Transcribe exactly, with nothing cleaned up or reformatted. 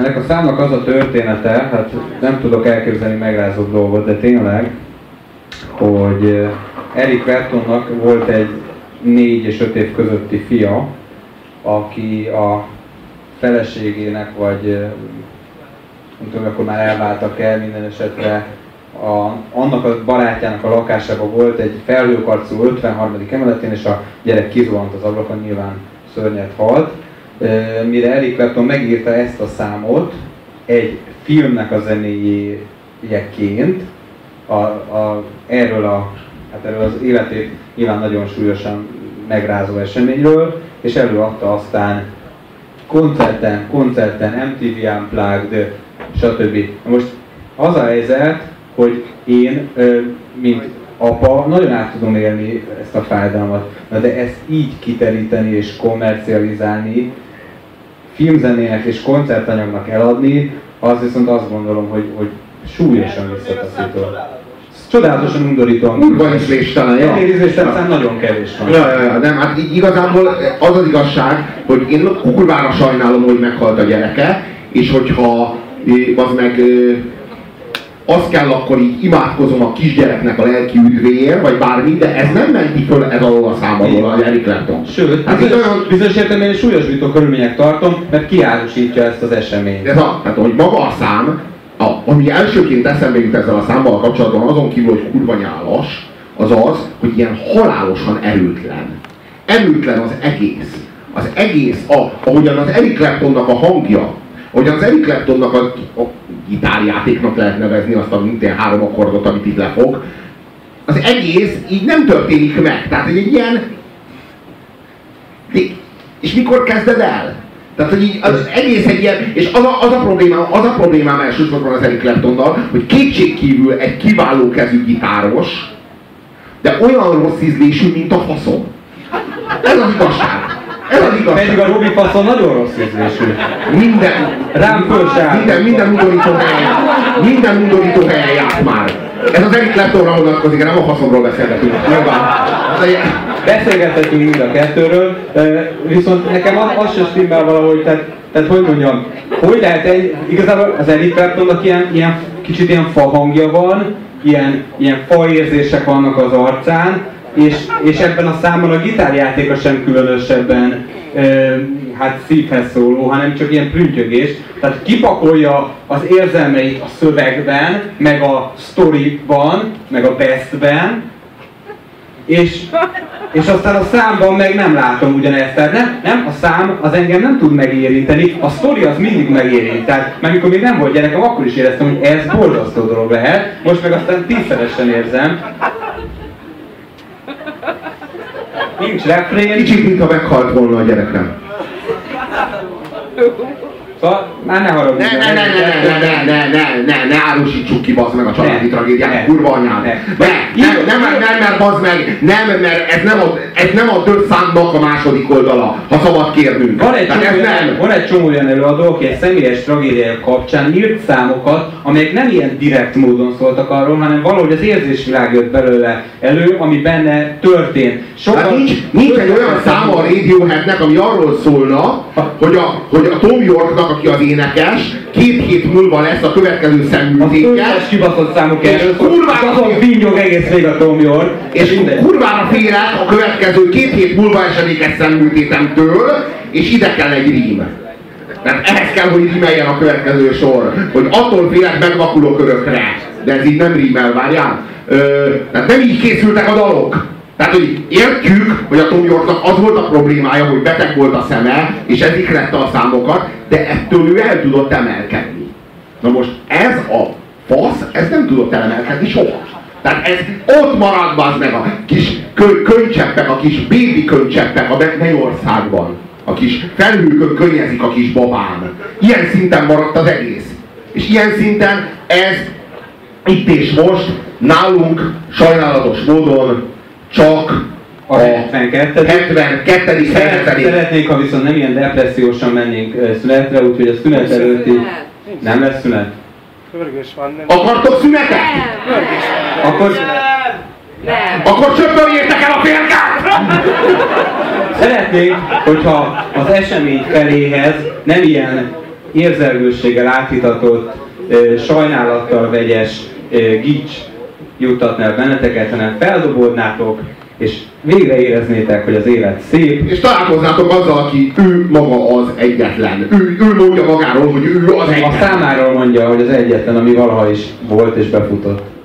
Ennek a számnak az a története, hát nem tudok elképzelni megrázó dolgot, de tényleg, hogy Eric Claptonnak volt egy négy és öt év közötti fia, aki a feleségének, vagy nem tudom, akkor már elváltak el, minden esetre a, annak a barátjának a lakásában volt egy felhőkarcoló ötvenharmadik emeletén, és a gyerek kizuhant az ablakon, nyilván szörnyet halt. Mire Eric Clapton megírta ezt a számot egy filmnek a zenéjeként, a, a, erről, a, hát erről az életét nyilván nagyon súlyosan megrázó eseményről, és előadta aztán koncerten, koncerten, em té vé Unplugged, stb. Most az a helyzet, hogy én, mint apa, nagyon át tudom élni ezt a fájdalmat, de ezt így kiteríteni és kommercializálni, filmzenének és koncertanyagnak eladni, az viszont azt gondolom, hogy, hogy súlyosan visszataszító. Csodálatosan undorító. Kurva ízléstelen, ja. Ennél ízléstelen nagyon kevés van. Ja, ja, ja, nem, hát így igazából az az igazság, hogy én kurvára sajnálom, hogy meghalt a gyereke, és hogyha az meg azt kell, akkor így imádkozom a kisgyereknek a lelki üdvéért, vagy bármi, de ez nem menti föl ez alól a szám alól az Eric Clapton. Sőt, hát bizonyos, olyan... bizonyos értelemben súlyosbító körülmények tartom, mert kiárusítja ezt az eseményt. Ez a, tehát, hogy maga a szám, a, ami elsőként eszembe jut ezzel a számmal kapcsolatban, azon kívül, hogy kurva nyálas, az az, hogy ilyen halálosan erőtlen. Erőtlen az egész. Az egész, a, ahogyan az Eric Claptonnak a hangja, ahogyan az Eric Claptonnak a, a gitárjátéknak lehet nevezni azt a minden három akkordot, amit itt lefog, az egész így nem történik meg. Tehát egy ilyen... És mikor kezded el? Tehát, hogy így az egész egy ilyen... És az a, az a problémám, az a problémám elsősorban az Eric Claptonnal, hogy kétségkívül egy kiváló kezű gitáros, de olyan rossz ízlésű, mint a faszom. Ez az igazság. Ez az igazság. Pedig a Robi faszon nagyon rossz ízlésű. Minden, rám fölsáll. Minden, minden undorító helyen, minden undorító helyen járt már. Ez az Eric Claptonra vonatkozik, nem a faszomról beszélgetünk. Beszélgethetünk mind a kettőről, viszont nekem az, az sem stimmel valahogy, tehát, tehát hogy mondjam, hogy lehet egy, igazából az Eric Claptonnak ilyen, ilyen, kicsit ilyen fa hangja van, ilyen, ilyen fa érzések vannak az arcán, és, és ebben a számban a gitárjátéka sem különösebben e, hát szívhez szóló, hanem csak ilyen prüntjögés. Tehát kipakolja az érzelmeit a szövegben, meg a sztoriban, meg a bestben, és, és aztán a számban meg nem látom ugyanezt. Tehát nem, nem, a szám az engem nem tud megérinteni, a sztori az mindig megérint. Tehát mert amikor még nem volt gyerekem, akkor is éreztem, hogy ez borzasztó dolog lehet, most meg aztán tízszeresen érzem. Nincs refrén. Kicsit, mintha meghalt volna a gyerekem. Szóval már ne haragudj. Ne, ne, ne, ne, ne, ne, ne, ne, ne, ne árusítsuk ki, bazd meg a családi tragédiát, kurva anyád. Ne, nem, nem, nem, mert bazd meg, nem, mert ez nem a, ez nem a több számnak a második oldala, ha szabad kérnünk. Van egy, csomó, olyan, van egy csomó olyan előadó, aki egy személyes tragédiája kapcsán írt számokat, amelyek nem ilyen direkt módon szóltak arról, hanem valahogy az érzésvilág jött belőle elő, ami benne történt. Sokkal, hát nincs, nincs egy olyan száma a Radioheadnek, ami arról szólna, hogy a, hogy a Tom Yorknak, aki az énekes, két hét múlva lesz a következő szemműtéke. Az összes kibaszott számok erről szól, azon vinnyog egész vég a Tom York. És kurvára félek a következő két hét múlva esedékes szemműtétemtől, és ide kell egy rím. Mert ehhez kell, hogy rímeljen a következő sor. Hogy attól félek, megvakulok örökre. De ez így nem rímel, várjál. Ö, tehát nem így készültek a dalok. Tehát, hogy értjük, hogy a Tom Yorknak az volt a problémája, hogy beteg volt a szeme, és ez ikrette a számokat, de ettől ő el tudott emelkedni. Na most ez a fasz, ez nem tudott emelkedni soha. Tehát ez ott marad, bazd meg a kis kö könycseppek, a kis bébi könycseppek a Mennyországban. A kis felhőkön könnyezik a kis babám. Ilyen szinten maradt az egész. És ilyen szinten ez itt és most nálunk sajnálatos módon csak a hetvenkettedik hetvenkettedik Szeretnék, ha viszont nem ilyen depressziósan mennénk szünetre, úgyhogy a szünet előtti... Nem lesz szünet? Pörgés van, nem. Akartok szünetet? Pörgés van. Akkor... Nem. Akkor csöpörjétek el a félkát! Szeretnék, hogyha az esemény feléhez nem ilyen érzelgőséggel áthitatott, sajnálattal vegyes gics juttatna el benneteket, hanem feldobódnátok, és végre éreznétek, hogy az élet szép. És találkoznátok azzal, aki ő maga az egyetlen. Ő, ő mondja magáról, hogy ő az egyetlen. A számáról mondja, hogy az egyetlen, ami valaha is volt és befutott.